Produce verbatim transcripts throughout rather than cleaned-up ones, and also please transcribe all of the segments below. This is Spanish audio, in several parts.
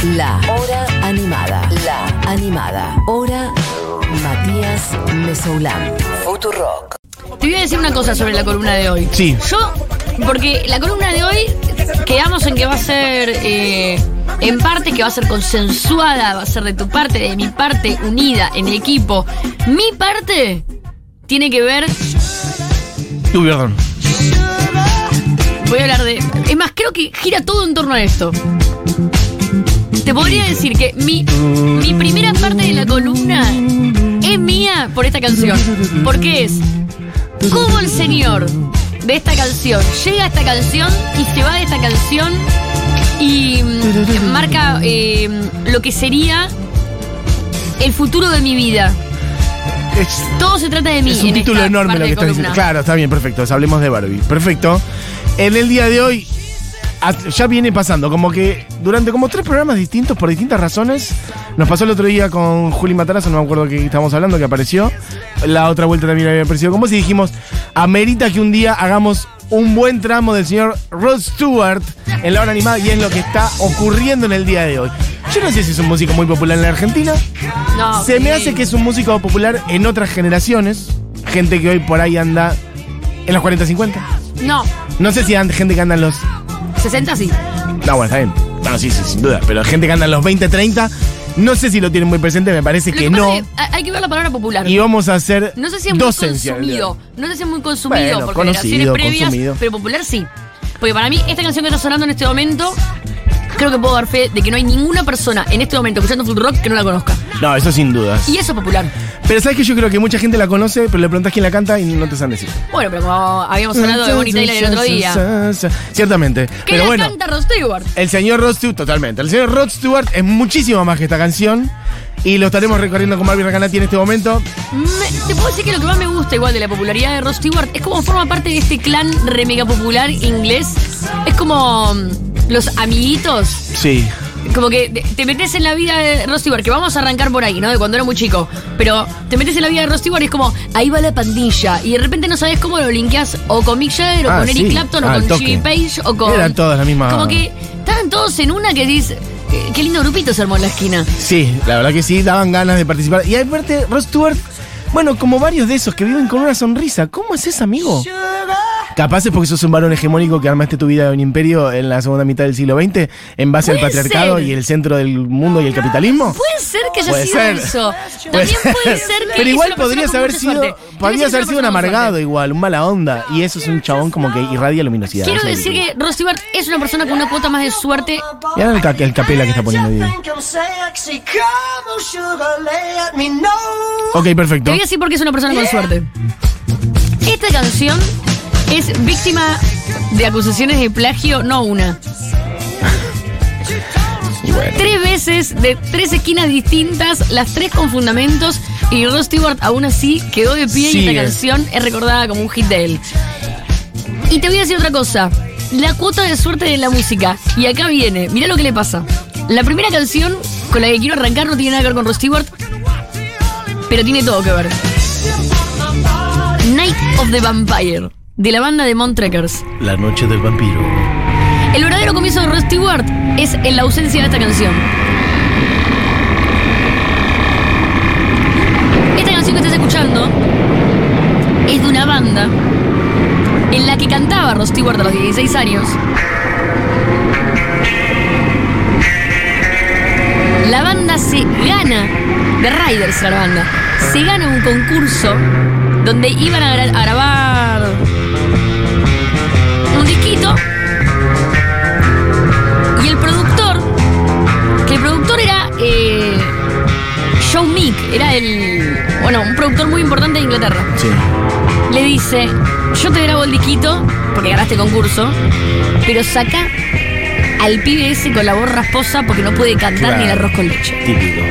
La Hora Animada. La Animada. Hora Matías Mesoulán. Futurock. Te voy a decir una cosa sobre la columna de hoy. Sí. Yo, porque la columna de hoy quedamos en que va a ser, eh, en parte, que va a ser consensuada, va a ser de tu parte, de mi parte, unida, en equipo. Mi parte tiene que ver... Uy, perdón. Voy a hablar de... Es más, creo que gira todo en torno a esto. Te podría decir que mi, mi primera parte de la columna es mía por esta canción. Porque es cómo el señor de esta canción llega a esta canción y se va de esta canción y mm, marca eh, lo que sería el futuro de mi vida. Es, Todo se trata de mí. es un en título esta enorme parte lo que de estás diciendo. columna. Claro, está bien, perfecto. Hablemos de Barbie. Perfecto. En el día de hoy ya viene pasando, como que durante como tres programas distintos, por distintas razones. Nos pasó el otro día con Juli Matarazzo, no me acuerdo qué estábamos hablando, que apareció. La otra vuelta también había aparecido con vos y dijimos, amerita que un día hagamos un buen tramo del señor Rod Stewart en la hora animada, y es lo que está ocurriendo en el día de hoy. Yo no sé si es un músico muy popular en la Argentina. No, Se sí. me hace que es un músico popular en otras generaciones. Gente que hoy por ahí anda en los cuarenta, cincuenta. No, No sé si hay gente que anda en los... sesenta sí. No, bueno, está bien. No, sí, sí, sin duda. Pero gente que anda en los veinte, treinta, no sé si lo tienen muy presente, me parece Lo que, que pasa no. es que hay que ver la palabra popular. Y vamos a hacer No sé si es muy docencia. consumido. No sé si es muy consumido Bueno, por conocido, generaciones previas, consumido. pero popular sí. Porque para mí, esta canción que está sonando en este momento, creo que puedo dar fe de que no hay ninguna persona en este momento escuchando Futurock que no la conozca. No, eso sin dudas. Y eso es popular. Pero sabes que yo creo que mucha gente la conoce, pero le preguntás quién la canta y no te saben decir. Bueno, pero como habíamos hablado de Bonnie Tyler el otro día. Ciertamente. ¿Qué Pero la bueno, canta Rod Stewart? el señor Rod Stewart, totalmente. El señor Rod Stewart es muchísimo más que esta canción. Y lo estaremos recorriendo con Barbie Recanati en este momento. Me- te puedo decir que lo que más me gusta igual de la popularidad de Rod Stewart es como forma parte de este clan re mega popular inglés. Es como mm, los amiguitos. Sí. Como que te- te metes en la vida de Rod Stewart, que vamos a arrancar por ahí, ¿no? De cuando era muy chico. Pero te metes en la vida de Rod Stewart y es como, ahí va la pandilla. Y de repente no sabes cómo lo linkeas o con Mick Jagger, o Ah, con Eric sí. Clapton, Ah, o al con toque. Jimmy Page, o con... Eran todas las mismas. Como que estaban todos en una que dices, eh, qué lindo grupito se armó en la esquina. Sí, la verdad que sí, daban ganas de participar. Y aparte, Rod Stewart, bueno, como varios de esos que viven con una sonrisa. ¿Cómo es ese amigo? Capaz es porque sos un varón hegemónico que armaste tu vida de un imperio en la segunda mitad del siglo veinte en base al Puede patriarcado ser. y el centro del mundo y el capitalismo. Puede ser que haya Puede sido ser. eso. Puede También puede ser que Pero es igual una persona podrías con haber mucha sido, suerte. podrías Debe ser haber sido un una persona con amargado suerte. igual, un mala onda. Y eso es un chabón como que irradia luminosidad. Quiero Eso es decir lo que Rod Stewart es una persona con una cuota más de suerte. Mirá el, ca- el capela que está poniendo Diego. Ok, Te perfecto. voy a decir por qué es una persona con suerte. Esta canción es víctima de acusaciones de plagio, no una. Y bueno. Tres veces, de tres esquinas distintas, las tres con fundamentos, y Rod Stewart aún así quedó de pie y Sigue. esta canción es recordada como un hit de él. Y te voy a decir otra cosa. La cuota de suerte de la música. Y acá viene, mirá lo que le pasa. La primera canción con la que quiero arrancar no tiene nada que ver con Rod Stewart, pero tiene todo que ver. Night of the Vampire, de la banda de Montrackers. La noche del vampiro. El verdadero comienzo de Rod Stewart es en la ausencia de esta canción. Esta canción que estás escuchando es de una banda en la que cantaba Rod Stewart a los dieciséis años. La banda se gana, The Riders era la banda, se gana un concurso donde iban a, gra- a grabar un disquito. Y el productor, que el productor era eh, Joe Meek, era el, bueno, un productor muy importante de Inglaterra. Sí. Le dice, yo te grabo el disquito, porque ganaste concurso, pero saca al pibe ese con la voz rasposa porque no puede cantar Claro. ni el arroz con leche. Típico.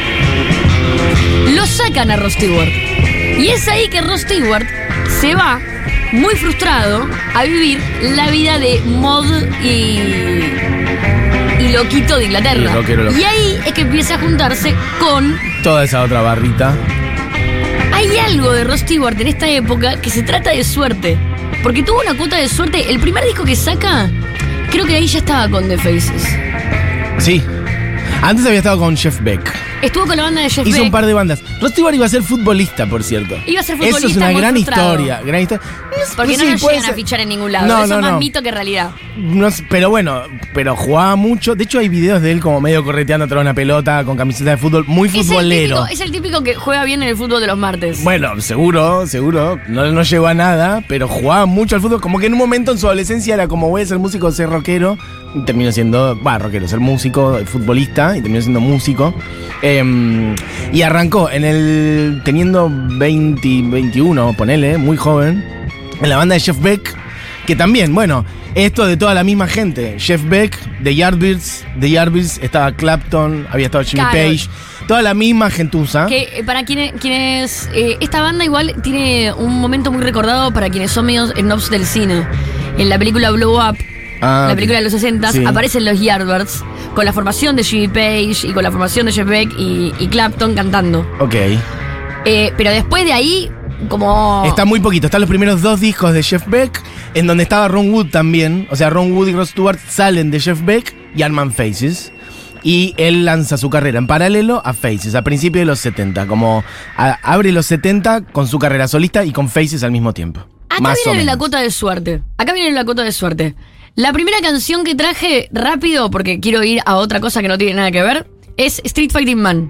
Lo sacan a Rod Stewart. Y es ahí que Rod Stewart se va, muy frustrado, a vivir la vida de mod y, y loquito de Inglaterra. Y rockero loco. Y ahí es que empieza a juntarse con... Toda esa otra barrita. Hay algo de Rod Stewart en esta época que se trata de suerte. Porque tuvo una cuota de suerte. El primer disco que saca, creo que ahí ya estaba con The Faces. Sí. Antes había estado con Jeff Beck. Estuvo con la banda de Jeff Hizo Beck. un par de bandas. Rod Stewart iba a ser futbolista, por cierto. Iba a ser futbolista. Eso es una muy gran frustrado. historia. Gran historia. Porque Sí, no lo puede llegan a ser. fichar en ningún lado. No, Eso no, es más no. mito que realidad. No sé, pero bueno, pero jugaba mucho. De hecho, hay videos de él como medio correteando atrás de una pelota con camiseta de fútbol. Muy Es el, futbolero. típico, es el típico que juega bien en el fútbol de los martes. Bueno, seguro, seguro. No, no llegó a nada, pero jugaba mucho al fútbol. Como que en un momento en su adolescencia era como voy a ser músico, ser rockero. Y terminó siendo, va, rockero, ser músico, futbolista. Y terminó siendo músico. Eh, y arrancó en el. teniendo veinte, veintiuno, ponele, muy joven. En la banda de Jeff Beck. Que también, bueno, esto de toda la misma gente. Jeff Beck, The Yardbirds, The Yardbirds, estaba Clapton, había estado Jimmy Claro. Page. Toda la misma gentuza. Que eh, para quienes, quienes eh, esta banda igual tiene un momento muy recordado para quienes son medios snobs del cine. En la película Blow Up, Ah, la película de los sesenta, sí. aparecen los Yardbirds con la formación de Jimmy Page y con la formación de Jeff Beck y, y Clapton cantando. Ok. Eh, pero después de ahí, como... Está muy poquito. Están los primeros dos discos de Jeff Beck, en donde estaba Ron Wood también. O sea, Ron Wood y Rod Stewart salen de Jeff Beck y arman Faces. Y él lanza su carrera en paralelo a Faces, a principios de los setenta. Como a- abre los setenta con su carrera solista y con Faces al mismo tiempo. Acá Más o viene la menos. cota de suerte. Acá viene la cota de suerte. La primera canción que traje rápido, porque quiero ir a otra cosa que no tiene nada que ver, es Street Fighting Man.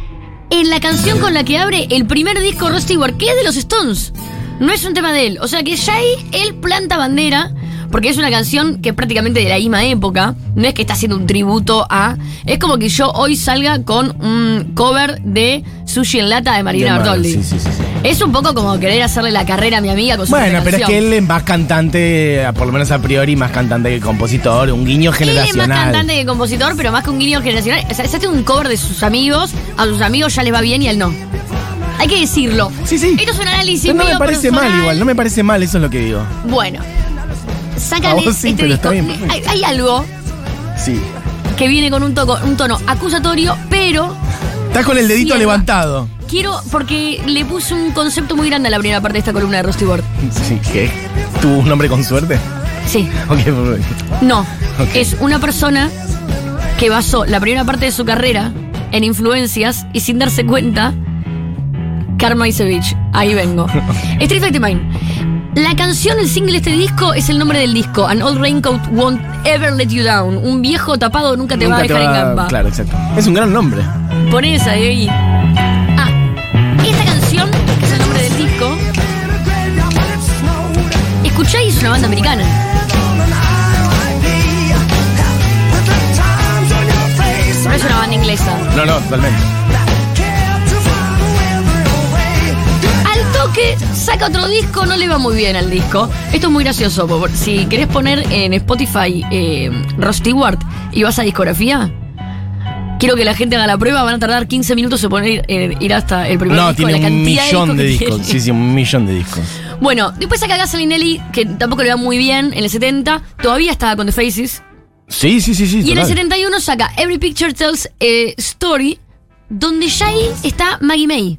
En la canción con la que abre el primer disco Rod Stewart, que es de los Stones. No es un tema de él. O sea que ya ahí él planta bandera, porque es una canción que es prácticamente de la misma época. No es que está haciendo un tributo a... Es como que yo hoy salga con un cover de Sushi en Lata de Marina De Bertoldi. Sí, sí, sí, sí. Es un poco como querer hacerle la carrera a mi amiga con su Bueno, propia pero es canción. que él es más cantante, por lo menos a priori, más cantante que compositor, un guiño Él es generacional. más cantante que compositor, pero más que un guiño generacional. O sea, se hace un cover de sus amigos, a sus amigos ya les va bien y a él no. Hay que decirlo. Sí, sí. Esto es un análisis No, no me medio parece personal. mal igual, no me parece mal, eso es lo que digo. Bueno, A sacan vos sí, este pero disco. está bien, perfecto. Hay, hay algo Sí. que viene con un, toco, un tono acusatorio, pero Estás con el dedito Cierra. levantado. quiero, porque le puse un concepto muy grande a la primera parte de esta columna de Rod Stewart. Sí, ¿qué? ¿Tuvo un nombre con suerte? Sí, Ok, perfecto. no. Ok. Es una persona que basó la primera parte de su carrera en influencias y sin darse cuenta, Karma is a bitch. Ahí vengo. Street Fighting Man. La canción, el single de este disco es el nombre del disco. An Old Raincoat Won't Ever Let You Down. Un viejo tapado nunca te Nunca va a dejar en gamba. Claro, exacto. Es un gran nombre. Pon esa de ahí. Ah, esta canción, que es el nombre del disco, escuchá y es una banda americana. No es una banda inglesa. No, no, totalmente. Al toque, saca otro disco, no le va muy bien al disco. Esto es muy gracioso. por- Si querés poner en Spotify eh, Rod Stewart y vas a discografía, quiero que la gente haga la prueba. Van a tardar quince minutos en poner, eh, ir hasta el primer No, disco. tiene la un cantidad millón de discos que discos. tiene. Sí, sí, un millón de discos. Bueno, después saca Gasoline Nelly, que tampoco le va muy bien en el setenta. Todavía estaba con The Faces. Sí, sí, sí, sí. Y en el total. setenta y uno saca Every Picture Tells a Story, donde ya ahí está Maggie May.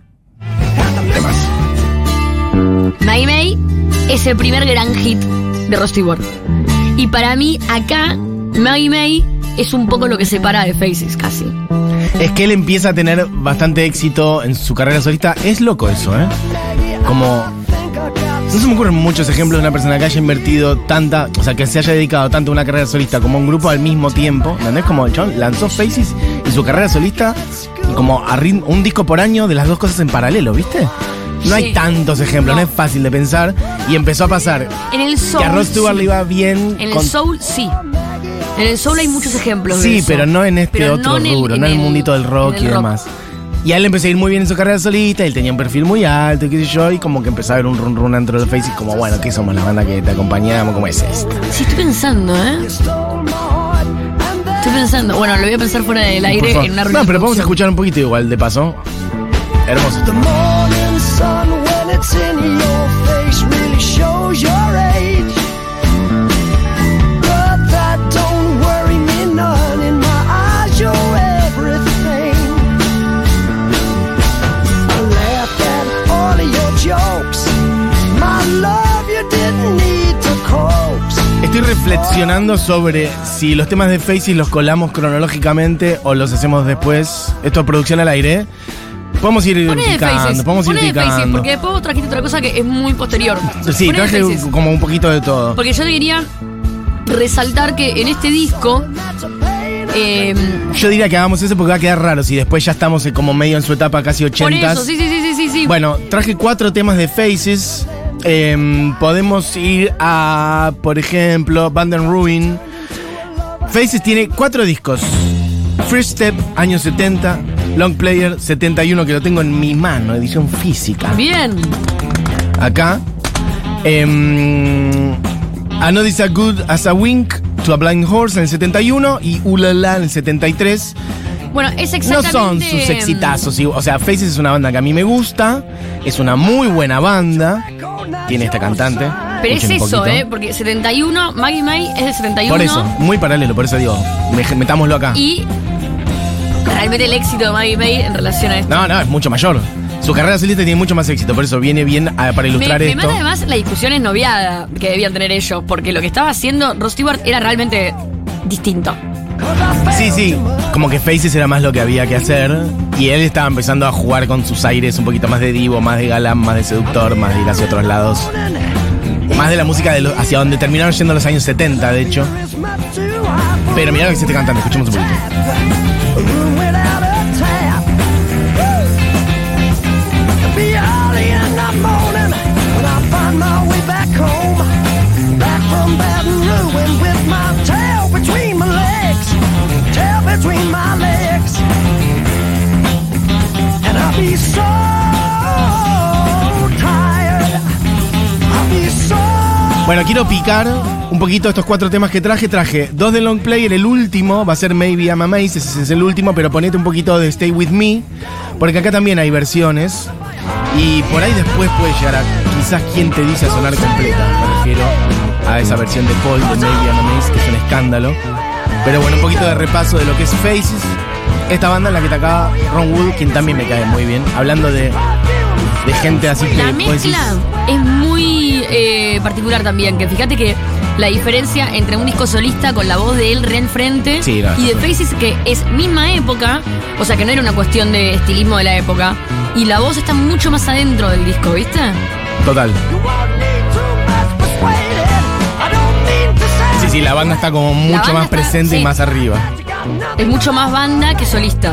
Maggie May es el primer gran hit de Rod Stewart. Y para mí, acá, Maggie May es un poco lo que separa de Faces, casi. Es que él empieza a tener bastante éxito en su carrera solista. Es loco eso, ¿eh? Como... No se me ocurren muchos ejemplos de una persona que haya invertido tanta... O sea, que se haya dedicado tanto a una carrera solista como a un grupo al mismo tiempo. ¿Entendés? Como el chabón lanzó Faces y su carrera solista como a ritmo- un disco por año de las dos cosas en paralelo, ¿viste? No hay Sí. tantos ejemplos, no. No. es fácil de pensar. Y empezó a pasar En el soul. que a Rod Stewart sí. le iba bien. En con- el soul, sí. En el soul hay muchos ejemplos. de Sí, eso. pero no en este Pero otro no en el- rubro, en no en el el- mundito del rock en y el rock. demás. Y a él le empezó a ir muy bien en su carrera solista, él tenía un perfil muy alto, y qué sé yo, y como que empezó a ver un run run dentro del Faces, como, bueno, ¿qué somos la banda que te acompañamos? ¿Cómo es esta? Sí, estoy pensando, ¿eh? Estoy pensando. Bueno, lo voy a pensar fuera del Por aire favor. en una No, reunión. pero podemos escuchar un poquito igual, de paso. Hermoso. The morning sun, when it's in your face, really shows your age. But that don't worry me none. In my eyes, you're everything. I laughed at all of your jokes. My love, you didn't need to coax. Estoy re reflexionando sobre si los temas de Faces los colamos cronológicamente o los hacemos después. Esto es producción al aire. Podemos ir Poné de picando, Faces, podemos ir poné de Faces, picando. porque después vos trajiste otra cosa que es muy posterior. Sí, Poné de traje Faces. como un poquito de todo. Porque yo quería resaltar que en este disco eh, Yo diría que hagamos eso porque va a quedar raro si después ya estamos como medio en su etapa casi por ochentas. eso, sí, sí, sí, sí, sí, sí. Bueno, traje cuatro temas de Faces. Eh, podemos ir a, por ejemplo, Band and Ruin. Faces tiene cuatro discos. First Step, años setenta. Long Player, setenta y uno, que lo tengo en mi mano, edición física. Bien. Acá. Eh, I Know This As Good As A Wink, To A Blind Horse en el setenta y uno y Ulala en el setenta y tres. Bueno, es No exactamente... son sus exitazos, sí. O sea, Faces es una banda que a mí me gusta, es una muy buena banda, tiene esta cantante. Pero es Escuchen un eso, poquito. ¿eh? Porque setenta y uno, Maggie May es de setenta y uno. Por eso, muy paralelo, por eso digo, me- metámoslo acá. Y realmente el éxito de Maggie May en relación a esto. No, no, es mucho mayor. Su carrera solista tiene mucho más éxito, por eso viene bien a- para Me, ilustrar me esto. mata además la discusión esnoviada que debían tener ellos, porque lo que estaba haciendo Rod Stewart era realmente distinto. Sí, sí, como que Faces era más lo que había que hacer y él estaba empezando a jugar con sus aires un poquito más de divo, más de galán, más de seductor, más de ir hacia otros lados. Más de la música de lo- hacia donde terminaron yendo los años setenta, de hecho. Pero mirá lo que se está cantando, escuchemos un poquito. room without a tap. It'll be early in the morning when I find my way back home. Back from Baton Rouge with my tail between my legs. Tail between my legs. And I'll be so tired. I'll be so. Bueno, quiero picar un poquito estos cuatro temas que traje. Traje dos de Long Player, el último va a ser Maybe I'm Amazed, ese es el último, pero ponete un poquito de Stay With Me, porque acá también hay versiones. Y por ahí después puede llegar a, quizás, ¿quién te dice a sonar completa? Me refiero a esa versión de Paul de Maybe I'm Amazed, que es un escándalo. Pero bueno, un poquito de repaso de lo que es Faces. Esta banda en la que te acaba Ron Wood, quien también me cae muy bien. Hablando de, de gente así que La vos decís, mezcla es muy eh, particular también, que fíjate que la diferencia entre un disco solista con la voz de él re enfrente Sí, no, y de no. Faces, que es misma época, o sea que no era una cuestión de estilismo de la época, y la voz está mucho más adentro del disco, ¿viste? total. You won't need too much persuaded. I don't mean to say. Sí, sí, la banda está como mucho banda más está- presente y sí. más arriba. You got nothing. Es mucho más banda que solista.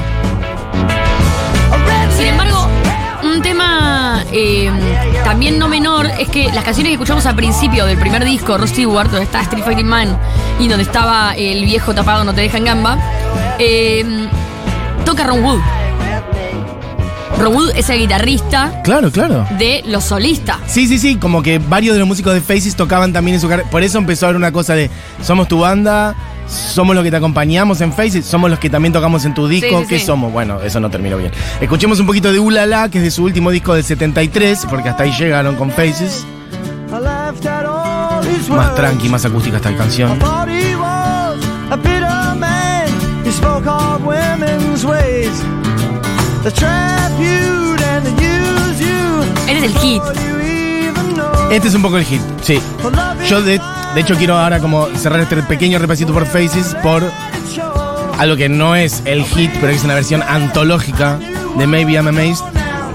Sin embargo, un tema eh, también no menor es que las canciones que escuchamos al principio del primer disco, Rod Stewart, donde está Street Fighting Man y donde estaba el viejo tapado No Te Deja en Gamba, eh, toca Ron Wood. Ron Wood es el guitarrista Claro, claro. de los solistas. Sí, sí, sí, como que varios de los músicos de Faces tocaban también en su carrera. Por eso empezó a haber una cosa de, somos tu banda, somos los que te acompañamos en Faces, somos los que también tocamos en tu disco, Sí, sí, ¿qué sí. somos? Bueno, eso no terminó bien. Escuchemos un poquito de Ulala, que es de su último disco del setenta y tres, porque hasta ahí llegaron con Faces. I laughed at all his Más words. tranqui, más acústica esta I canción. thought he was a bitter man. He spoke of women's ways. The trap you and the use you. Este es el hit. Before you even know. Este es un poco el hit, sí. For love Yo de, de hecho quiero ahora como cerrar este pequeño repasito por Faces por it shows. algo que no es el hit, pero es una versión antológica de Maybe I'm Amazed.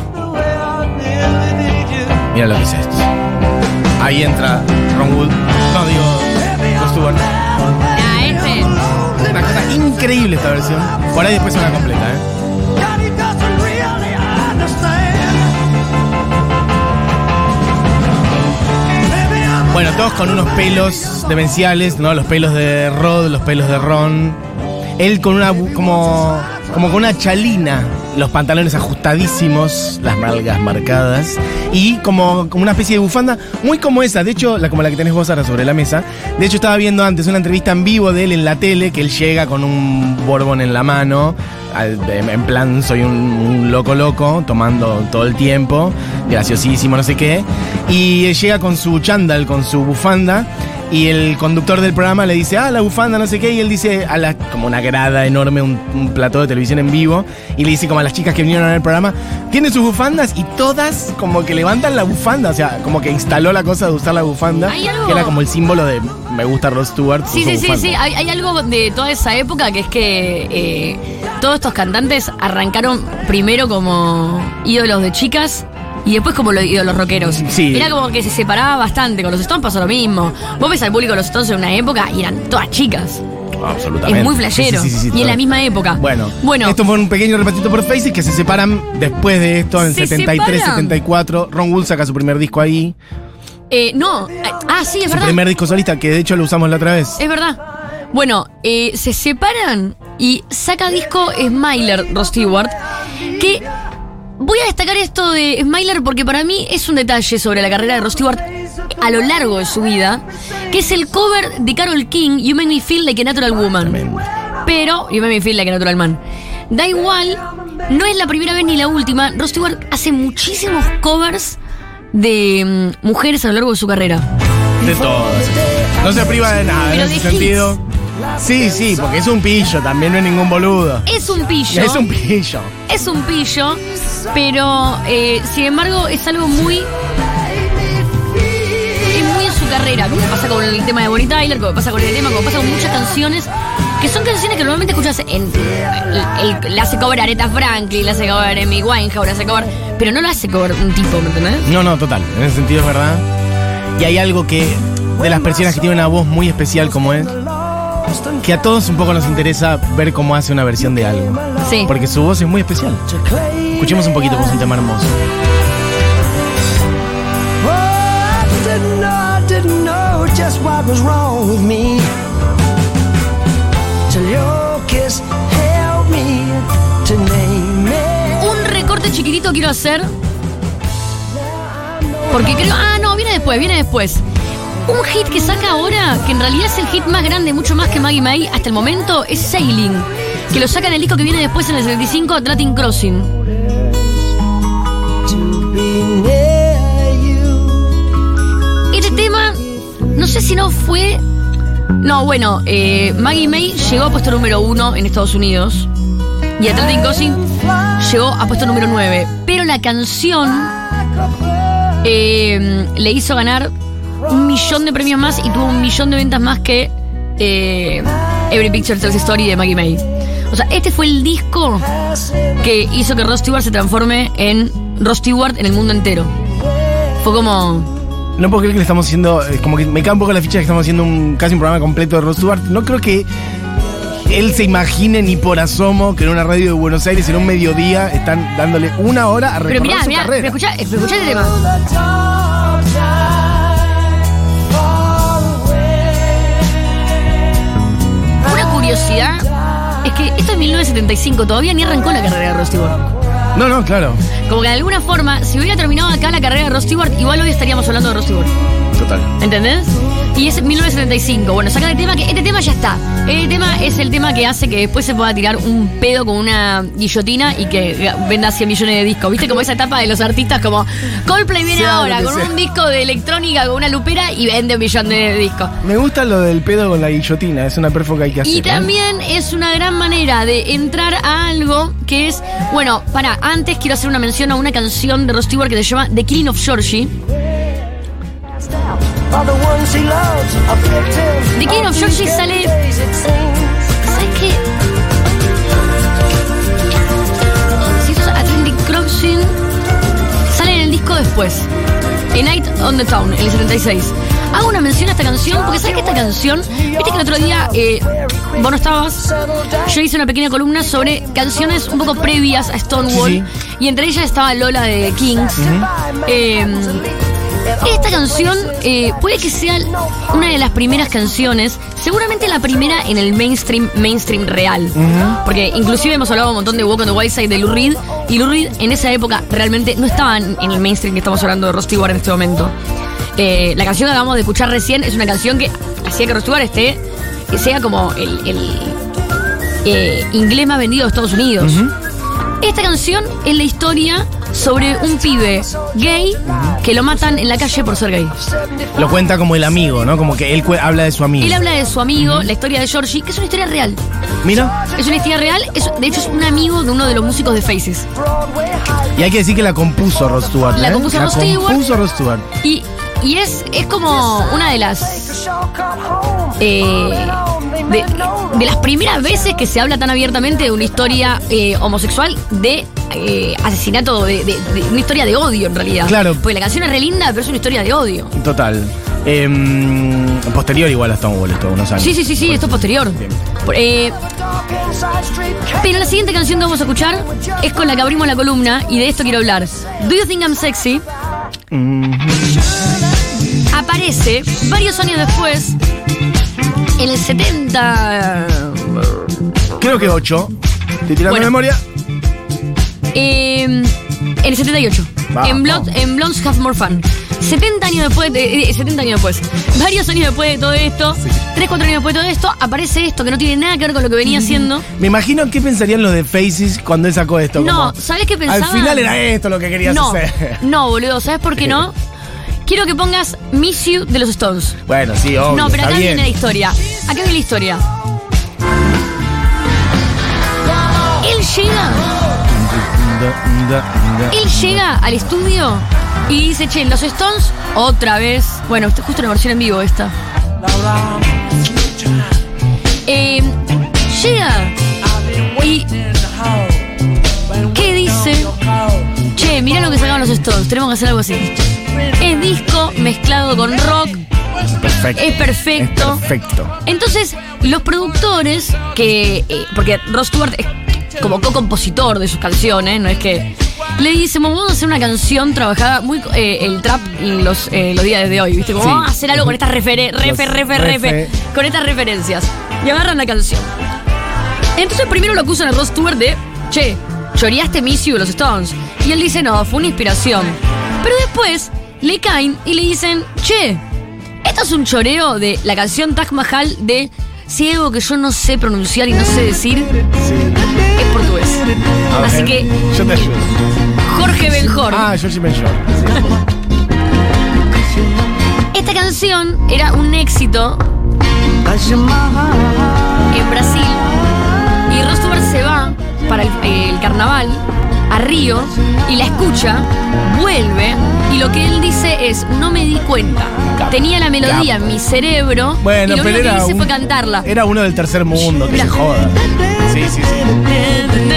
Mira lo que es esto. Ahí entra Ron Wood. No, digo, Rod Stewart. Ah, este. Una cosa increíble esta versión. Por ahí después suena completa, ¿eh? God, he doesn't really understand. Maybe I'm Bueno, todos con unos pelos demenciales, ¿no? Los pelos de Rod, los pelos de Ron. Él con una, bu- como, como con una chalina, los pantalones ajustadísimos, las nalgas marcadas, y como, como una especie de bufanda, muy como esa, de hecho, la, como la que tenés vos ahora sobre la mesa. De hecho, estaba viendo antes una entrevista en vivo de él en la tele, que él llega con un bourbon en la mano, al- en en plan, soy un, un loco loco, tomando todo el tiempo, graciosísimo, no sé qué, y él llega con su chándal, con su bufanda, Y el conductor del programa le dice, ah, la bufanda, no sé qué. Y él dice, a la, como una grada enorme, un, un plató de televisión en vivo. Y le dice como a las chicas que vinieron a ver el programa, tienen sus bufandas y todas como que levantan la bufanda. O sea, como que instaló la cosa de usar la bufanda. ¿Hay algo? Que era como el símbolo de me gusta Rod Stewart. Sí, uso sí, sí, bufanda. sí. Hay, hay algo de toda esa época que es que eh, todos estos cantantes arrancaron primero como ídolos de chicas y después como los ídolos rockeros. Sí. Era como que se separaba bastante. Con los Stones pasó lo mismo. Vos ves al público de los Stones en una época y eran todas chicas. Absolutamente. Es muy flashero. Sí, sí, sí, sí, y todo. en la misma época. Bueno, bueno esto fue un pequeño repatito por Faces que se separan después de esto en ¿Se setenta y tres, separan? setenta y cuatro. Ron Wood saca su primer disco ahí. eh, no. Ah, sí, es Su verdad. primer disco solista, que de hecho lo usamos la otra vez. Es verdad. Bueno, eh, se separan y saca disco Smiler, Rod Stewart, que voy a destacar esto de Smiler porque para mí es un detalle sobre la carrera de Rod Stewart a lo largo de su vida, que es el cover de Carole King, You Make Me Feel Like a Natural Woman. Tremendo. Pero, You Make Me Feel Like a Natural Man. Da igual, no es la primera vez ni la última. Rod Stewart hace muchísimos covers de mm, mujeres a lo largo de su carrera. De todas. No se priva de nada Pero en de ese hits. sentido. Sí, sí, porque es un pillo, también no es ningún boludo. Es un pillo. Es un pillo. Es un pillo, pero eh, sin embargo es algo muy. Es muy en su carrera, como pasa con el tema de Bonnie Tyler, como pasa con el tema, como pasa con muchas canciones, que son canciones que normalmente escuchas en. El, el- la hace cover Aretha Franklin, la hace cover Amy Winehouse, la hace cover. Pero no la hace cover un tipo, ¿me entendés? No, no, total. En ese sentido es verdad. Y hay algo que, de las personas que tienen una voz muy especial como es, que a todos un poco nos interesa ver cómo hace una versión de algo. Sí. Porque su voz es muy especial. Escuchemos un poquito, porque es un tema hermoso. Oh, I didn't know, I didn't know just what was wrong with me. Till your kiss helped me to name it. Un recorte chiquitito quiero hacer. Porque creo. Ah, no, viene después, viene después. Un hit que saca ahora, que en realidad es el hit más grande, mucho más que Maggie May hasta el momento, es Sailing. Que lo saca en el disco que viene después en el setenta y cinco, Atlantic Crossing. To be near you. Este tema, no sé si no fue. No, bueno, eh, Maggie May llegó a puesto número uno en Estados Unidos. Y Atlantic Crossing llegó a puesto número nueve. Pero la canción eh, le hizo ganar un millón de premios más y tuvo un millón de ventas más que eh, Every Picture Tells a Story de Maggie May. O sea, este fue el disco que hizo que Rod Stewart se transforme en Rod Stewart en el mundo entero. Fue como. No puedo creer que le estamos haciendo, es como que me cae un poco la ficha que estamos haciendo un, casi un programa completo de Rod Stewart. No creo que él se imagine ni por asomo que en una radio de Buenos Aires en un mediodía están dándole una hora a Pero recorrer mirá, su mirá, pero carrera. escuchá, escuchá este tema. The dark side, far away. Una curiosidad es que esto es mil novecientos setenta y cinco, todavía ni arrancó la carrera de Rod Stewart. No, no, claro. Como que de alguna forma, si hubiera terminado acá la carrera de Rod Stewart, igual hoy estaríamos hablando de Rod Stewart. Total. ¿Entendés? Y es mil novecientos setenta y cinco. Bueno, sacan el tema que este tema ya está. Este tema es el tema que hace que después se pueda tirar un pedo con una guillotina y que venda cien millones de discos. ¿Viste? Como esa etapa de los artistas como Coldplay viene Sea lo ahora que con sea. un disco de electrónica, con una lupera y vende un millón de discos. Me gusta lo del pedo con la guillotina, es una perfo que hay que hacer. Y ¿eh? también es una gran manera de entrar a algo que es, bueno, para, antes quiero hacer una mención a una canción de Rod Stewart que se llama The Killing of Georgie. Are the ones he loves a victim The King of these Georgie scary sale- days, it seems. ¿Sabes qué? Si esto es Atlantic Crossing, sale en el disco después. A Night on the Town, en el setenta y seis. Hago una mención a esta canción porque ¿sabes que esta canción? Viste que el otro día eh, vos no estabas. Yo hice una pequeña columna sobre canciones un poco previas a Stonewall. Sí, Y entre ellas estaba Lola de Kings. Eh, esta canción eh, puede que sea una de las primeras canciones, seguramente la primera en el mainstream, mainstream real. Porque inclusive hemos hablado un montón de Walk on the Wild Side de Lou Reed, y Lou Reed en esa época realmente no estaba en el mainstream que estamos hablando de Rod Stewart en este momento. Eh, la canción que acabamos de escuchar recién es una canción que hacía que Rod Stewart esté, que sea como el, el eh, inglés más vendido de Estados Unidos. Esta canción es la historia sobre un pibe gay que lo matan en la calle por ser gay. Lo cuenta como el amigo, ¿no? Como que él cu- habla de su amigo. Él habla de su amigo, la historia de Georgie, que es una historia real. Mira. Es una historia real, es, de hecho es un amigo de uno de los músicos de Faces. Y hay que decir que la compuso Rod Stewart. La ¿eh? compuso la Rod Stewart. compuso Rod Stewart. Y, y es, es como una de las eh, de, de las primeras veces que se habla tan abiertamente de una historia eh, homosexual de eh, asesinato, de, de, de una historia de odio en realidad. Claro. Porque la canción es re linda, pero es una historia de odio. Total. Eh, posterior igual a Stonewall, esto, unos años. Sí, sí, sí, sí, esto es posterior. Bien. Eh, pero la siguiente canción que vamos a escuchar es con la que abrimos la columna y de esto quiero hablar. Do You Think I'm Sexy? Aparece varios años después, en el setenta. Creo que ocho. Estoy tirando Bueno. memoria. Eh, en el setenta y ocho. Vamos. En, Blond, en Blondes Have More Fun. setenta años después, de, eh, setenta años después, varios años después de todo esto, tres, cuatro años después de todo esto, aparece esto que no tiene nada que ver con lo que venía haciendo. Me imagino qué pensarían los de Faces cuando él sacó esto. No, como, ¿sabes qué pensaba? Al final era esto lo que querías No, hacer. no, boludo, ¿sabes por qué no? Quiero que pongas Miss You de los Stones. Bueno, sí, obvio. No, pero está acá bien. viene la historia. Acá viene la historia. Él llega, él llega al estudio y dice, che, los Stones, otra vez. Bueno, esta es justo una versión en vivo esta. Eh, llega y ¿qué dice? Che, mirá lo que sacaban los Stones, tenemos que hacer algo así. Es disco mezclado con rock. Perfecto. Es perfecto. Es perfecto. Entonces, los productores que... eh, porque Rod Stewart es como co-compositor de sus canciones, no es que... Le dicen, vamos a hacer una canción trabajada muy... eh, el trap los, eh, los días de hoy, ¿viste? Como Sí. vamos a hacer algo con estas refer refe, Los refe, refe, refe. con estas referencias. Y agarran la canción. Entonces primero lo acusan a Rod Stewart de, che, choreaste Miss You de los Stones. Y él dice, no, fue una inspiración. Pero después le caen y le dicen, che, esto es un choreo de la canción Taj Mahal de si hay algo que yo no sé pronunciar y no sé decir, es portugués. A Así ver, que yo te ayudo. Jorge Benjor. Ah, Georgie Benjor. Esta canción era un éxito en Brasil y Rod Stewart se va para el, el carnaval a Río y la escucha, vuelve y lo que él dice es, no me di cuenta, tenía la melodía en mi cerebro Bueno, y lo pero único que era hice un- fue cantarla. Era uno del tercer mundo, que Mira. se joda. Sí, sí, sí.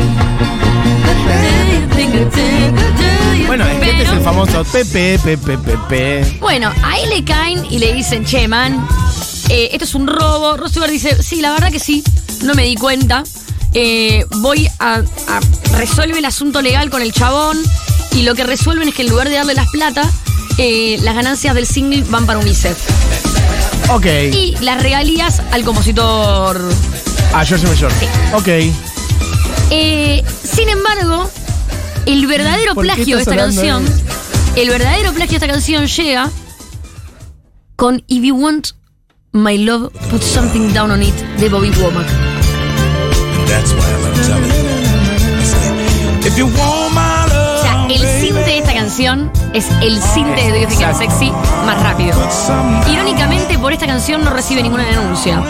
Bueno, es que este es el Pero- famoso Pepe, Pepe, Pepe. Bueno, ahí le caen y le dicen, che, man, eh, esto es un robo. Rod Stewart dice, sí, la verdad que sí, no me di cuenta. Eh, voy a, a resolver el asunto legal con el chabón y lo que resuelven es que en lugar de darle las plata, eh, las ganancias del single van para UNICEF. Ok. Y las regalías al compositor. Ah, Georgie Benjor. Sí. Ok. Eh, sin embargo, el verdadero ¿Por qué plagio de estás esta hablando canción, de- el verdadero plagio de esta canción llega con If You Want My Love, Put Something Down on It de Bobby Womack. That's why I love telling you. If you want my love, O sea, el cinte de esta canción es el cinte de Do You Think I'm Sexy más rápido. Irónicamente, por esta canción no recibe ninguna denuncia.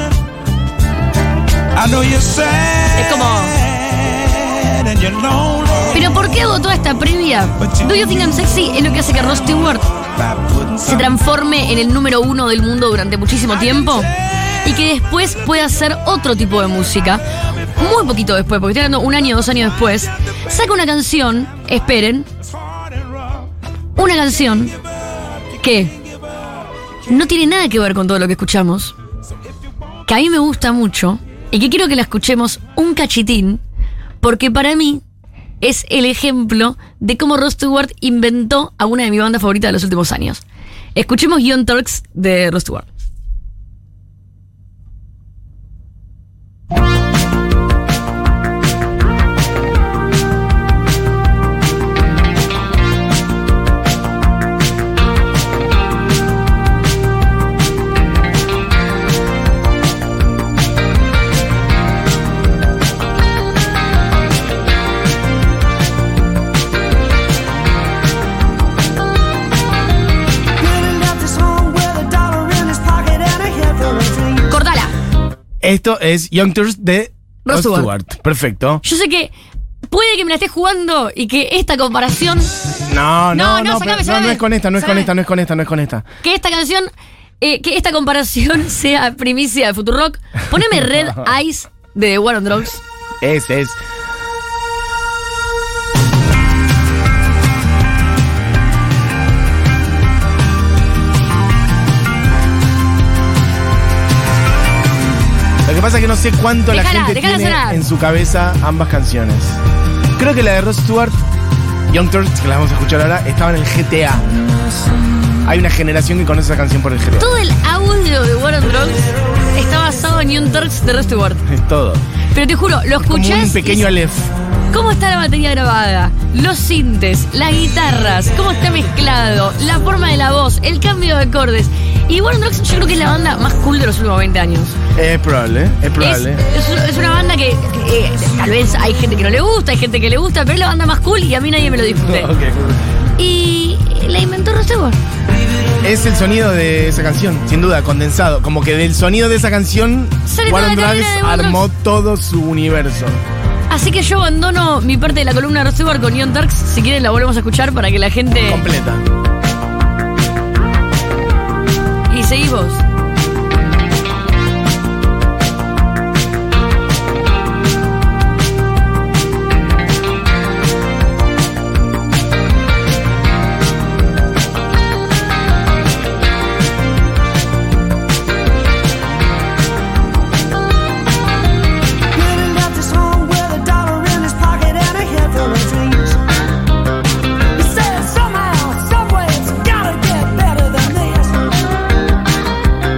I know you're sad. Es como, And you're lonely ¿pero por qué hago toda esta previa? Do You Think I'm Sexy es lo que hace que Rod Stewart by putting se transforme en el número uno del mundo durante muchísimo tiempo y que después pueda hacer otro tipo de música. Muy poquito después, porque estoy hablando un año, dos años después, saca una canción, esperen, una canción que no tiene nada que ver con todo lo que escuchamos, que a mí me gusta mucho y que quiero que la escuchemos un cachitín, porque para mí es el ejemplo de cómo Rod Stewart inventó a una de mis bandas favoritas de los últimos años. Escuchemos Young Turks de Rod Stewart. Esto es Young Turks de Rod Rod Stewart. Stewart. Perfecto. Yo sé que puede que me la esté jugando y que esta comparación, No, no, No, no, no, pero- sacame, no, sacame. no es con esta, no es con Sacame. esta, no es con esta, no es con esta. que esta canción, eh, que esta comparación sea primicia de Futurock. Poneme Red Eyes de The War on Drugs. Es, es. Lo que pasa es que no sé cuánto la Déjala, gente déjala tiene sonar. en su cabeza ambas canciones. Creo que la de Rod Stewart, Young Turks, que la vamos a escuchar ahora, estaba en el G T A. Hay una generación que conoce esa canción por el G T A. Todo el audio de War on Drugs está basado en Young Turks de Rod Stewart. Es todo. Pero te juro, lo Como escuchás. un pequeño y- Aleph. ¿Cómo está la batería grabada? Los sintes, las guitarras, cómo está mezclado, la forma de la voz, el cambio de acordes. Y War on Drugs yo creo que es la banda más cool de los últimos veinte años. Es probable, es Es, probable. es- es una banda que eh, tal vez hay gente que no le gusta, hay gente que le gusta, pero es la banda más cool y a mí nadie me lo discute. Ok. Y la inventó Rod Stewart. Es el sonido de esa canción, sin duda, condensado. Como que del sonido de esa canción, Sale War toda on la Drugs carrera de War on armó todo su universo. Así que yo abandono mi parte de la columna de Rod Stewart con Young Turks. Si quieren la volvemos a escuchar para que la gente... Completa. Y seguimos. Living left his home with a dollar in his pocket and a head full of dreams. He said somehow, some way, it's gotta get better than this.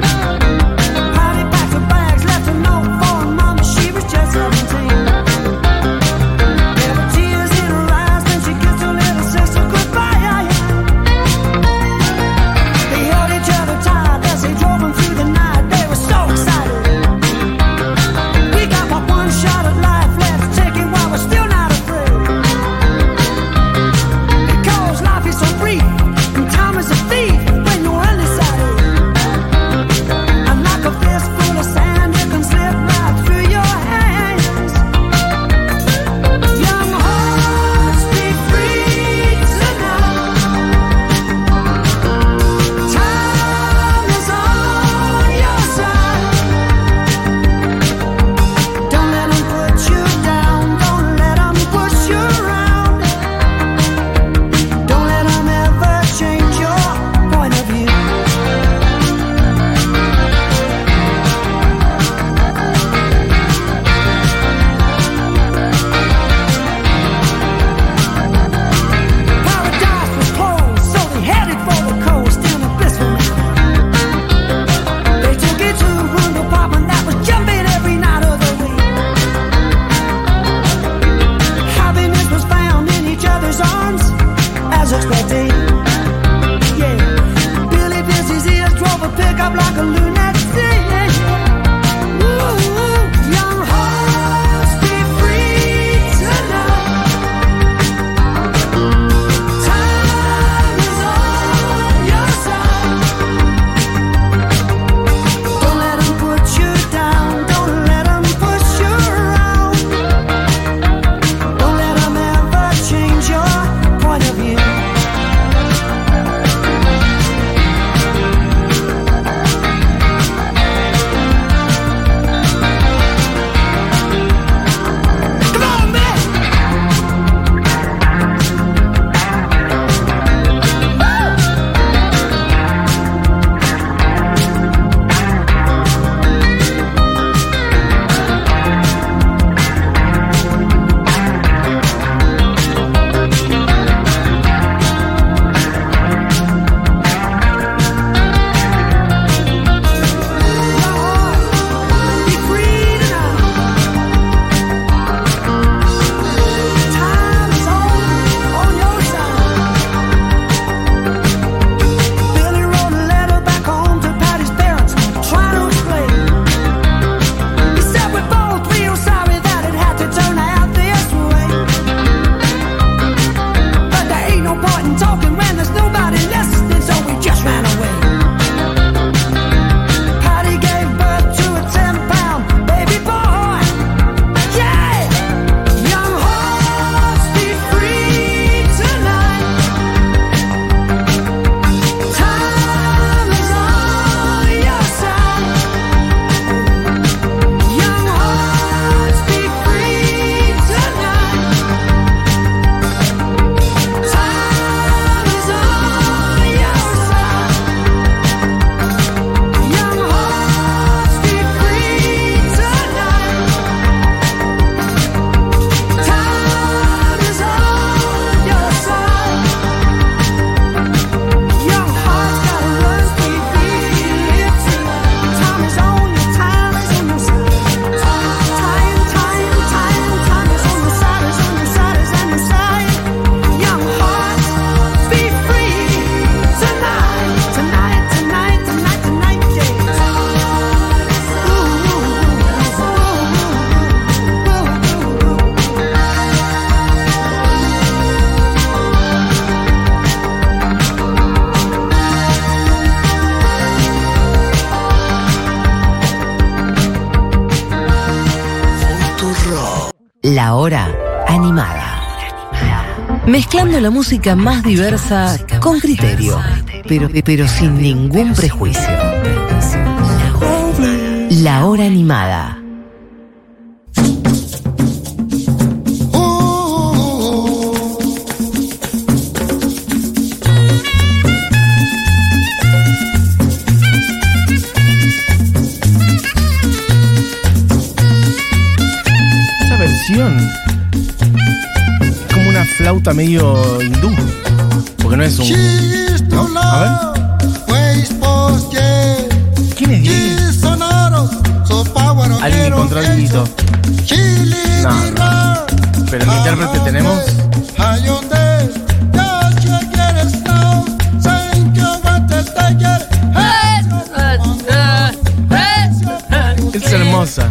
hora animada. Mezclando la música más diversa con criterio, pero, pero sin ningún prejuicio. La hora animada. Esa versión es como una flauta medio hindú, porque no es un... ¿no? A ver. ¿Quién es Diego? Alguien encontró el grito. No, no. Pero el intérprete tenemos. Es hermosa.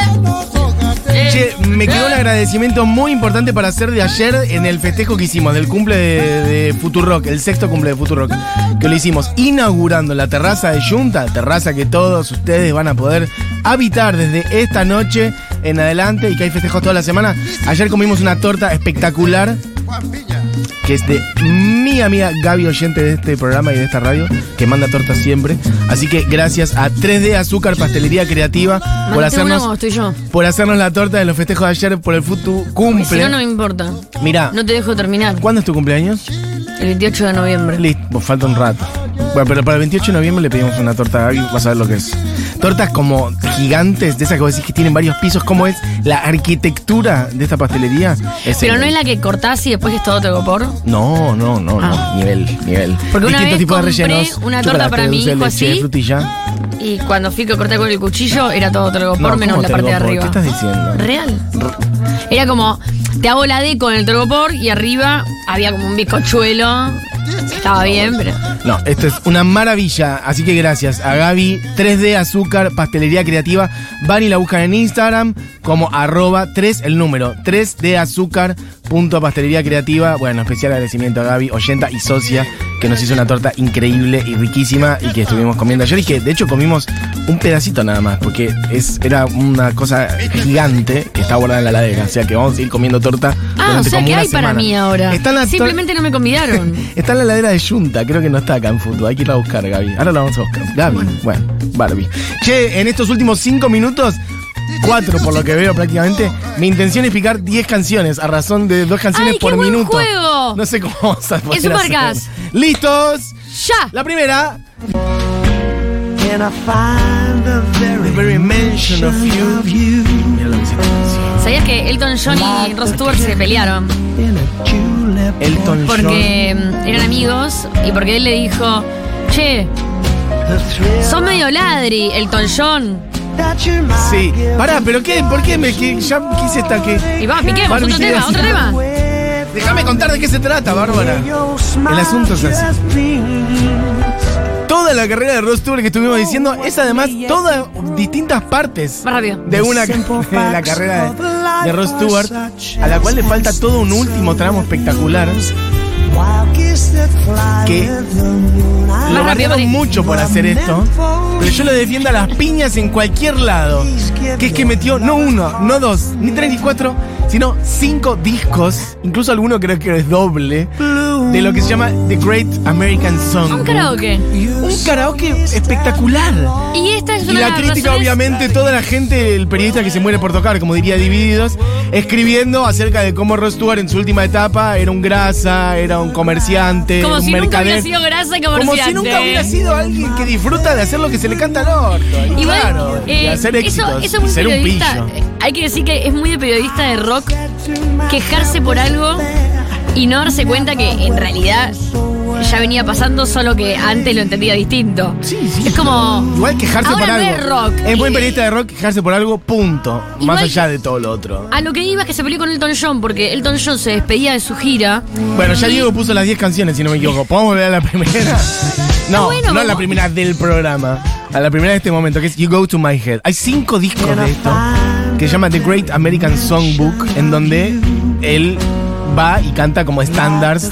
Che, me quedó un agradecimiento muy importante para hacer de ayer en el festejo que hicimos del cumple de, de Futurock, el sexto cumple de Futurock, que lo hicimos inaugurando la terraza de Junta, terraza que todos ustedes van a poder habitar desde esta noche en adelante y que hay festejos toda la semana. Ayer comimos una torta espectacular que es de mi amiga Gaby, oyente de este programa y de esta radio, que manda tortas siempre. Así que gracias a tres D Azúcar Pastelería Creativa por Mandate hacernos, una, estoy yo. por hacernos la torta de los festejos de ayer por el Futu cumple. Si no, no me importa. Mirá, No te dejo terminar. ¿cuándo es tu cumpleaños? El veintiocho de noviembre. Listo, pues falta un rato. Bueno, pero para el veintiocho de noviembre le pedimos una torta a Gaby, vas a ver lo que es. Tortas como gigantes, de esas que vos decís que tienen varios pisos. ¿Cómo es la arquitectura de esta pastelería? Es Pero el- no es la que cortás y después es todo tegopor. No, no, no, Ah. no. Nivel, nivel. Porque una Distintos vez tipos de compré rellenos. una torta chocolate, para mi dulce de hijo leche, así. frutilla. Y cuando fui que corté con el cuchillo era todo tegopor No, menos ¿cómo la parte de tegopor? arriba. ¿Qué estás diciendo? Real. Era como, te hago la D con el tegopor y arriba había como un bizcochuelo. Estaba bien, pero... No, esto es una maravilla. Así que gracias a Gaby, tres D Azúcar, Pastelería Creativa. Van y la buscan en Instagram como arroba tres, el número, tres D Azúcar punto pastelería creativa. Bueno, especial agradecimiento a Gaby, oyenta y socia, que nos hizo una torta increíble y riquísima y que estuvimos comiendo ayer y que de hecho comimos un pedacito nada más, porque es, era una cosa gigante que está guardada en la heladera. O sea que vamos a ir comiendo torta Ah, o durante sea como que una hay para semana. mí ahora. Está en la tor- Simplemente no me convidaron. Está en la heladera de Junta, creo que no está acá en Futu. Hay que irla a buscar, Gaby. Ahora la vamos a buscar. Gaby, bueno, Barbie. Che, en estos últimos cinco minutos, cuatro por lo que veo prácticamente, mi intención es picar diez canciones a razón de dos canciones ¡Ay, qué por buen minuto. juego! No sé cómo vamos a poder Es un hacer. Vargas. ¿Listos? ¡Ya! La primera. Can I find the very, The very mention of you. of you Mira lo que se canción. ¿Sabías que Elton John y Ross Stewart se pelearon? in a julep? Elton John. Porque mm, eran amigos y porque él le dijo, che, The thrill sos medio ladri, Elton John. that you might Sí. give Pará, pero ¿qué? ¿Por qué me que ya quise esta que? Y vamos, piquemos, Barbie, otro ¿qué tema, decís? otro tema. with Déjame contar de qué se trata, Bárbara. your smile El asunto es así. just beams. Toda la carrera de Ross Stewart que estuvimos diciendo es además todas distintas partes Más rápido. de una de la carrera de, de Ross Stewart, a la cual le falta todo un último tramo espectacular. Wild geese that fly Que with the moon. I lo rápido, bardearon Mari. mucho por hacer esto, pero yo lo defiendo a las piñas en cualquier lado. Que es que metió no uno, no dos, ni tres ni cuatro, sino cinco discos, incluso alguno creo que es doble, de lo que se llama The Great American Song. Un karaoke. Un karaoke espectacular. Y esta es Y una la de las crítica, razones- obviamente, toda la gente, el periodista que se muere por tocar, como diría Divididos, escribiendo acerca de cómo Ross Stewart en su última etapa era un grasa, era un comerciante, Como un si nunca mercader. hubiera sido grasa y Como comerciante. si nunca hubiera sido alguien que disfruta de hacer lo que se le canta al orto. Y Igual, claro, y eh, hacer éxitos, eso, eso es y muy ser un periodista. pillo. eh, Hay que decir que es muy de periodista de rock quejarse por algo y no darse cuenta que en realidad ya venía pasando, solo que antes lo entendía distinto. Sí, sí. Es como. Igual quejarse ahora por no algo. es rock. Es buen Y- periodista de rock quejarse por algo, punto. Más Igual- allá de todo lo otro. A lo que iba es que se peleó con Elton John porque Elton John se despedía de su gira. Bueno, ya Diego puso las diez canciones, si no me equivoco. ¿Podemos volver a la primera? No, Ah, bueno, no a la vamos. primera del programa. A la primera de este momento, que es You Go to My Head. Hay cinco discos de esto que se llama The Great American Songbook, en donde él va y canta como estándares,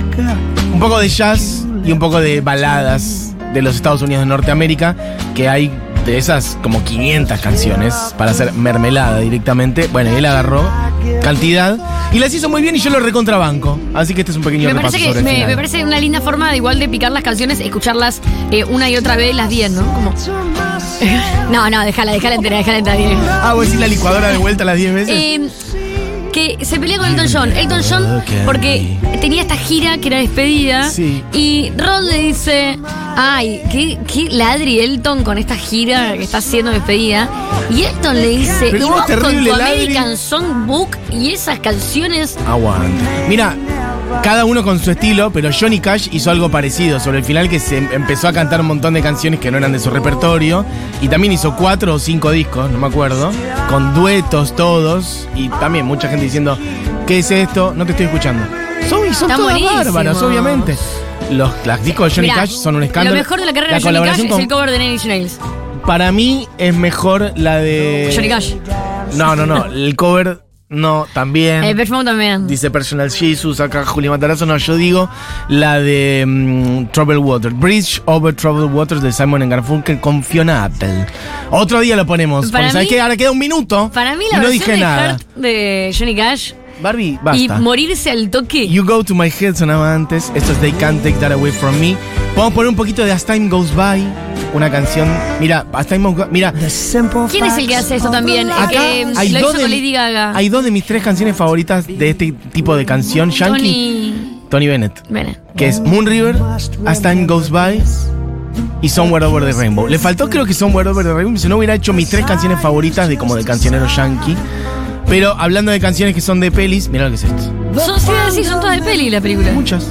un poco de jazz y un poco de baladas de los Estados Unidos de Norteamérica, que hay de esas como quinientas canciones para hacer mermelada directamente. Bueno, y él agarró cantidad. Y las hizo muy bien y yo lo recontrabanco. Así que este es un pequeño Me repaso parece, que, sobre el me, final. me parece una linda forma de igual de picar las canciones, escucharlas eh, una y otra vez las diez, ¿no? Como... no, no, déjala, déjala entera, déjala entera. Ah, vos decís la licuadora de vuelta las diez veces. Eh, que se pelea con Elton John. Elton John porque tenía esta gira que era despedida. Sí. Y Rod le dice, ay, qué, qué ladri Elton con esta gira que está haciendo despedida. Y Elton le dice, Pero y vos vos con terrible tu ladri. American Songbook y esas canciones. Aguante. Mira, cada uno con su estilo, pero Johnny Cash hizo algo parecido sobre el final, que se empezó a cantar un montón de canciones que no eran de su repertorio. Y también hizo cuatro o cinco discos, no me acuerdo, con duetos todos. Y también mucha gente diciendo, ¿qué es esto? No te estoy escuchando. Son, son Están todas buenísimos. bárbaras, obviamente. Los, los discos de Johnny Mirá, Cash son un escándalo. Lo mejor de la carrera de Johnny Cash colaboración es con- el cover de Nine Inch Nails. Para mí es mejor la de... Johnny Cash. No, no, no. El cover, no, también. El Perfume también. Dice Personal Jesus, acá Juli Matarazzo. No, yo digo la de um, Troubled Waters. Bridge Over Troubled Waters de Simon and Garfunkel con Fiona Apple. Otro día lo ponemos. Para Porque sabes mí- que ahora queda un minuto. Para mí y la no versión dije de nada. Hurt de Johnny Cash Barbie, y basta. morirse al toque. You Go to My Head sonaba antes. Esto es They Can't Take That Away From Me. Podemos poner un poquito de As Time Goes By. Una canción. Mira, As Time Goes By. Mira, ¿Quién es el que hace esto también? El acá que hay lo dos, hizo de, con Lady Gaga. hay dos de mis tres canciones favoritas de este tipo de canción. Yankee. Tony Tony Bennett. Bennett. Que es Moon River, As Time Goes By y Somewhere Over the Rainbow. Le faltó creo que Somewhere Over the Rainbow, si no hubiera hecho mis tres canciones favoritas de como de cancionero yankee. Pero hablando de canciones que son de pelis, mira lo que es esto. Son, sí, sí, son todas de peli la película. Muchas.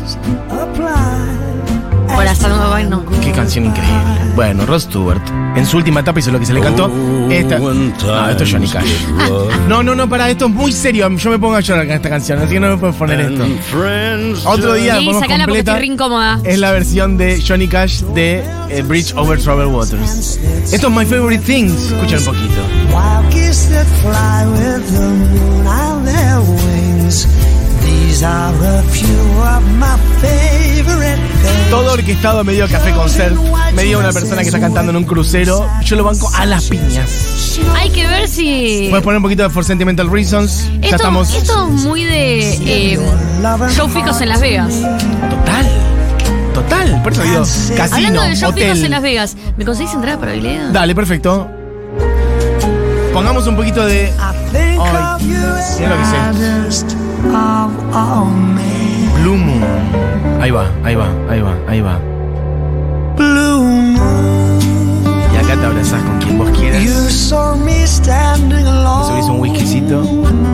Por hasta no, no. Qué canción increíble. Bueno, Rod Stewart, en su última etapa hizo lo que se le cantó. Esta. No, esto es Johnny Cash. No, no, no, para, esto es muy serio. Yo me pongo a llorar con esta canción, así que no me puedes poner esto. Otro día la Sí, ponemos sacala porque completa. estoy re incómoda. Es la versión de Johnny Cash de eh, Bridge Over Troubled Waters. Esto es My Favorite Things. Escuchen un poquito. Wild geese that fly with the moon on their wings. These are a few of my favorite things. Todo orquestado medio café concert, medio una persona que está cantando en un crucero. Yo lo banco a las piñas. Hay que ver si. Puedes poner un poquito de For Sentimental Reasons. Ya Esto, estamos. esto es muy de eh, show fijos en Las Vegas. Total. Total. Por eso digo, casino, Hablando de show fijos en Las hotel. Vegas, ¿me conseguís entrar para Vileda? Dale, perfecto. Pongamos un poquito de. I think Ay, of you mira lo que sé. saddest of all men. Blue Moon. Ahí va, ahí va, ahí va, ahí va. Blue moon, Y acá te abrazás con quien vos quieras. you saw me standing Te alone. subís un whiskycito.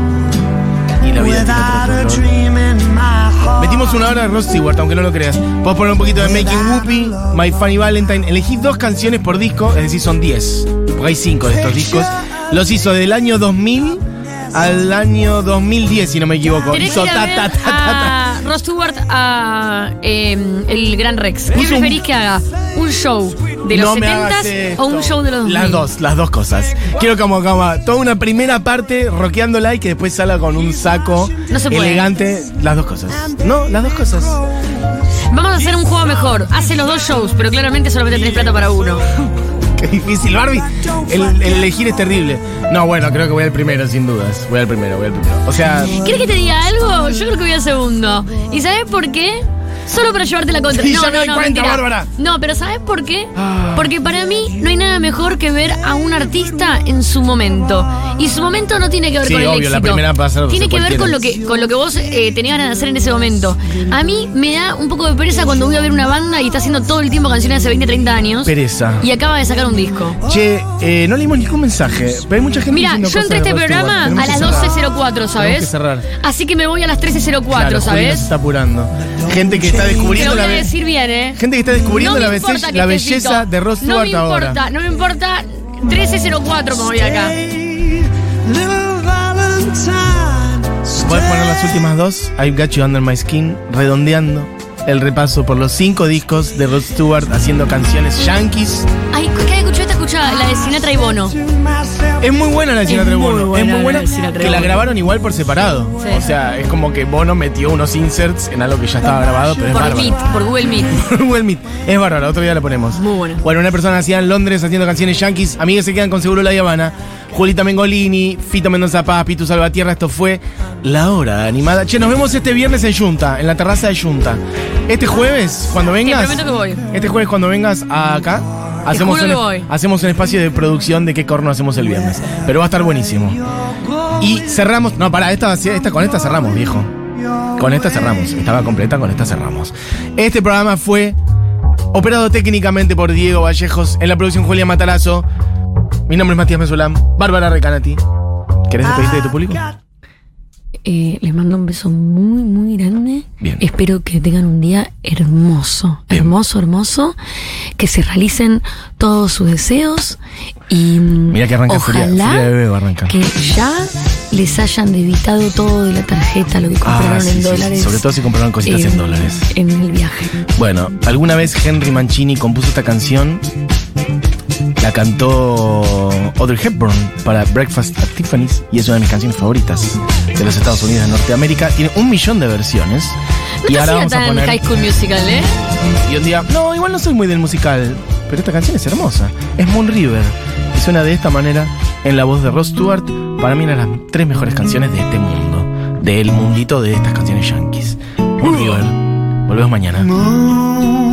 Y la vida Without a tiene otro color. dream in my heart. Metimos una hora de Rod Stewart, aunque no lo creas. Podemos poner un poquito de Making Whoopi, My Funny Valentine. Elegí dos canciones por disco, es decir, son diez. Porque hay cinco de estos discos. Los hizo del año dos mil al año dos mil diez, si no me equivoco. Tenés Hizo que ir a ta, ver ta, ta, ta, ta. a Rod Stewart a eh, el Gran Rex. ¿Qué Hizo un- preferís que haga? ¿Un show de los No me hagas setentas esto. o un show de los dos mil? Las dos, las dos cosas. Quiero como, como toda una primera parte rockeándola y que después salga con un saco No se puede. elegante. Las dos cosas. No, las dos cosas. Vamos a hacer un juego mejor. Hace los dos shows, pero claramente solamente tenés plata para uno. Qué difícil, Barbie. El, el elegir es terrible. No, bueno, creo que voy al primero, sin dudas. Voy al primero, voy al primero. O sea, ¿Querés que te diga algo? Yo creo que voy al segundo. ¿Y sabes por qué? Solo para llevarte la contra. Sí, no, ya me no, doy no, cuenta, mentira. Bárbara. No, pero ¿sabes por qué? Ah. Porque para mí no hay nada mejor que ver a un artista en su momento. Y su momento no tiene que ver Sí, con el obvio, éxito. la primera va a ser tiene que ver cualquiera. con lo que, con lo que vos eh, tenías ganas de hacer en ese momento. A mí me da un poco de pereza cuando voy a ver una banda y está haciendo todo el tiempo canciones de hace veinte, treinta años. pereza. Y acaba de sacar un disco. Che, eh, no leímos ningún mensaje. Pero hay mucha gente Mira, diciendo yo entré a cosas este de Rod Stewart. programa Tenemos a que las cerrar. doce cero cuatro, ¿sabes? Tenemos que cerrar. Así que me voy a las trece cero cuatro, Claro, Juli ¿sabes? nos está apurando. Gente que está Te lo descubriendo voy la a be- decir bien, ¿eh? Gente que está descubriendo No me la, importa belle- que la esté belleza Fito. de Rod No Stewart me ahora. importa, no me importa. trece cero cuatro me voy acá. Little Valentine. Voy a poner las últimas dos. I've Got You Under My Skin, redondeando el repaso por los cinco discos de Rod Stewart haciendo canciones yankees. Ay, ¿qué escuchó esta? Escucha la de Sinatra y Bono. To myself Es muy buena la de Sinatra Es y muy Bono. buena Es muy la buena de Sinatra y que la Bono. grabaron igual por separado. Sí. O sea, es como que Bono metió unos inserts en algo que ya estaba grabado, pero es Por bárbaro. Meet, por Google Meet. Google Meet. Es bárbaro, otro día lo ponemos. Muy buena. Bueno, una persona nacida en Londres haciendo canciones yankees. Amigos se quedan con Seguro La Habana. Julita Mengolini, Fito Mendoza Paz, Pitu Salvatierra. Esto fue La Hora Animada. Che, nos vemos este viernes en Junta, en la terraza de Junta. Este jueves, cuando vengas. Te prometo que voy. Este jueves, cuando vengas acá, hacemos juro un, que voy. hacemos un espacio de producción de qué corno hacemos el viernes. Pero va a estar buenísimo. Y cerramos. No, pará, esta, esta con esta cerramos, viejo. Con esta cerramos. Estaba completa, con esta cerramos. Este programa fue operado técnicamente por Diego Vallejos. En la producción Julián Matarazo. Mi nombre es Matías Mesolán. Bárbara Recanati. ¿Querés despedirte de tu público? Eh, les mando un beso muy, muy grande. Bien. Espero que tengan un día hermoso. Bien. Hermoso, hermoso. Que se realicen todos sus deseos. Y Mira que arranca ojalá Furia, Furia de Bebé va a arrancar. que ya les hayan debitado todo de la tarjeta, lo que compraron Ah, sí, en sí, dólares. sobre todo si compraron cositas en dólares. En el viaje. Bueno, alguna vez Henry Mancini compuso esta canción. La cantó Audrey Hepburn para Breakfast at Tiffany's y es una de mis canciones favoritas de los Estados Unidos de Norteamérica. Tiene un millón de versiones. No y te ahora hacía vamos a tan poner. High School Musical, ¿eh? Y un día. No, igual no soy muy del musical. Pero esta canción es hermosa. Es Moon River. Y suena de esta manera en la voz de Rod Stewart. Para mí, una de las tres mejores canciones de este mundo. Del mundito de estas canciones yankees. Moon River. Volvemos mañana.